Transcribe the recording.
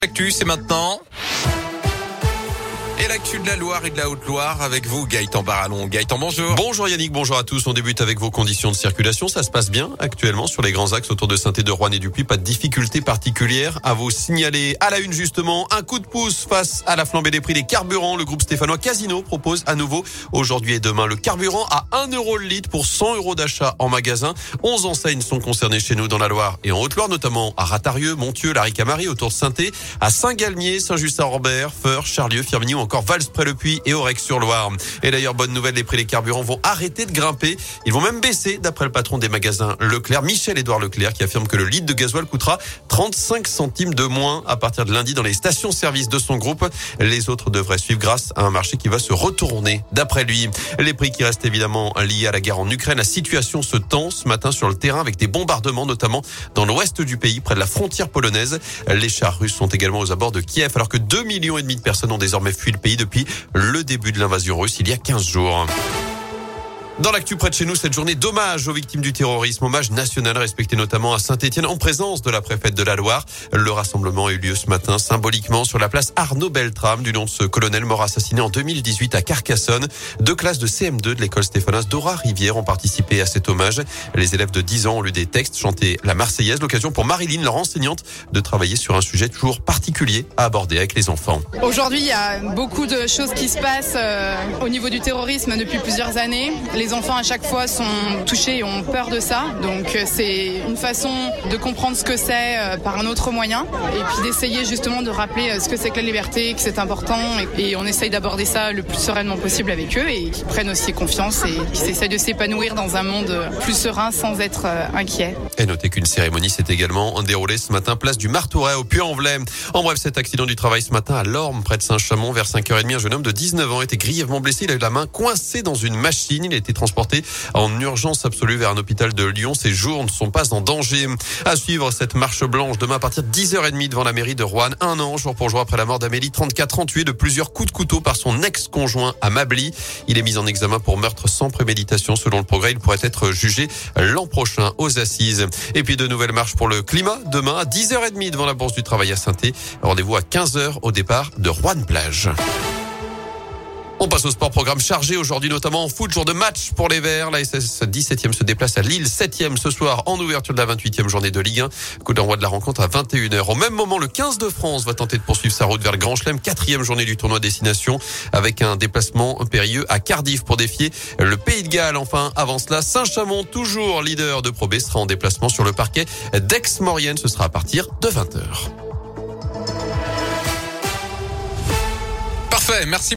L'actu, c'est maintenant. Et l'actu de la Loire et de la Haute-Loire avec vous, Gaëtan Barallon. Gaëtan, bonjour. Bonjour Yannick, bonjour à tous. On débute avec vos conditions de circulation. Ça se passe bien actuellement sur les grands axes autour de Saint-Étienne, de Roanne et du Puy. Pas de difficultés particulières à vous signaler. À la une justement, un coup de pouce face à la flambée des prix des carburants. Le groupe stéphanois Casino propose à nouveau aujourd'hui et demain le carburant à 1 € le litre pour 100 € d'achat en magasin. 11 enseignes sont concernées chez nous dans la Loire et en Haute-Loire, notamment à Ratarieux, Montieux, Larry-Camarie, autour de Saint-Étienne, à Saint-Galmier, Saint-Just-à-Rambert, Feurs, Charlieu, Firminy ou encore Vals-près-le-Puy et Aurec-sur-Loire. Et d'ailleurs, bonne nouvelle, les prix des carburants vont arrêter de grimper. Ils vont même baisser, d'après le patron des magasins Leclerc, Michel-Édouard Leclerc, qui affirme que le litre de gasoil coûtera 35 centimes de moins à partir de lundi dans les stations-service de son groupe. Les autres devraient suivre grâce à un marché qui va se retourner, d'après lui. Les prix qui restent évidemment liés à la guerre en Ukraine. La situation se tend ce matin sur le terrain avec des bombardements, notamment dans l'ouest du pays, près de la frontière polonaise. Les chars russes sont également aux abords de Kiev, alors que 2,5 millions de personnes ont désormais fui le pays depuis le début de l'invasion russe il y a 15 jours. Dans l'actu près de chez nous, cette journée d'hommage aux victimes du terrorisme, hommage national respecté notamment à Saint-Étienne en présence de la préfète de la Loire. Le rassemblement a eu lieu ce matin symboliquement sur la place Arnaud Beltrame du nom de ce colonel mort assassiné en 2018 à Carcassonne. 2 classes de CM2 de l'école stéphanoise Dora Rivière ont participé à cet hommage. Les élèves de 10 ans ont lu des textes, chanté la Marseillaise, l'occasion pour Marilyn, leur enseignante, de travailler sur un sujet toujours particulier à aborder avec les enfants. Aujourd'hui, il y a beaucoup de choses qui se passent au niveau du terrorisme depuis plusieurs années. Les enfants à chaque fois sont touchés et ont peur de ça. Donc c'est une façon de comprendre ce que c'est par un autre moyen. Et puis d'essayer justement de rappeler ce que c'est que la liberté, que c'est important. Et on essaye d'aborder ça le plus sereinement possible avec eux et qu'ils prennent aussi confiance et qu'ils essayent de s'épanouir dans un monde plus serein sans être inquiets. Et notez qu'une cérémonie s'est également déroulée ce matin place du Martouret au Puy-en-Velay. En bref, cet accident du travail ce matin à Lorme, près de Saint-Chamond, vers 5h30, un jeune homme de 19 ans était grièvement blessé. Il a eu la main coincée dans une machine. Il a été transporté en urgence absolue vers un hôpital de Lyon. Ses jours ne sont pas en danger. À suivre cette marche blanche demain à partir de 10h30 devant la mairie de Roanne. 1 an, jour pour jour après la mort d'Amélie, 34 ans, tuée de plusieurs coups de couteau par son ex-conjoint à Mably. Il est mis en examen pour meurtre sans préméditation. Selon le Progrès, il pourrait être jugé l'an prochain aux assises. Et puis de nouvelles marches pour le climat demain à 10h30 devant la Bourse du Travail à Saint-Étienne. Rendez-vous à 15h au départ de Roanne-Plage. On passe au sport, programme chargé aujourd'hui, notamment en foot, jour de match pour les Verts. La SS 17e se déplace à Lille, 7e ce soir en ouverture de la 28e journée de Ligue 1. Coup d'envoi de la rencontre à 21h. Au même moment, le 15 de France va tenter de poursuivre sa route vers le Grand Chelem, 4e journée du tournoi destination, avec un déplacement périlleux à Cardiff pour défier le Pays de Galles. Enfin, avant cela, Saint-Chamond, toujours leader de Pro B, sera en déplacement sur le parquet d'Aix-Maurienne. Ce sera à partir de 20h. Parfait, merci.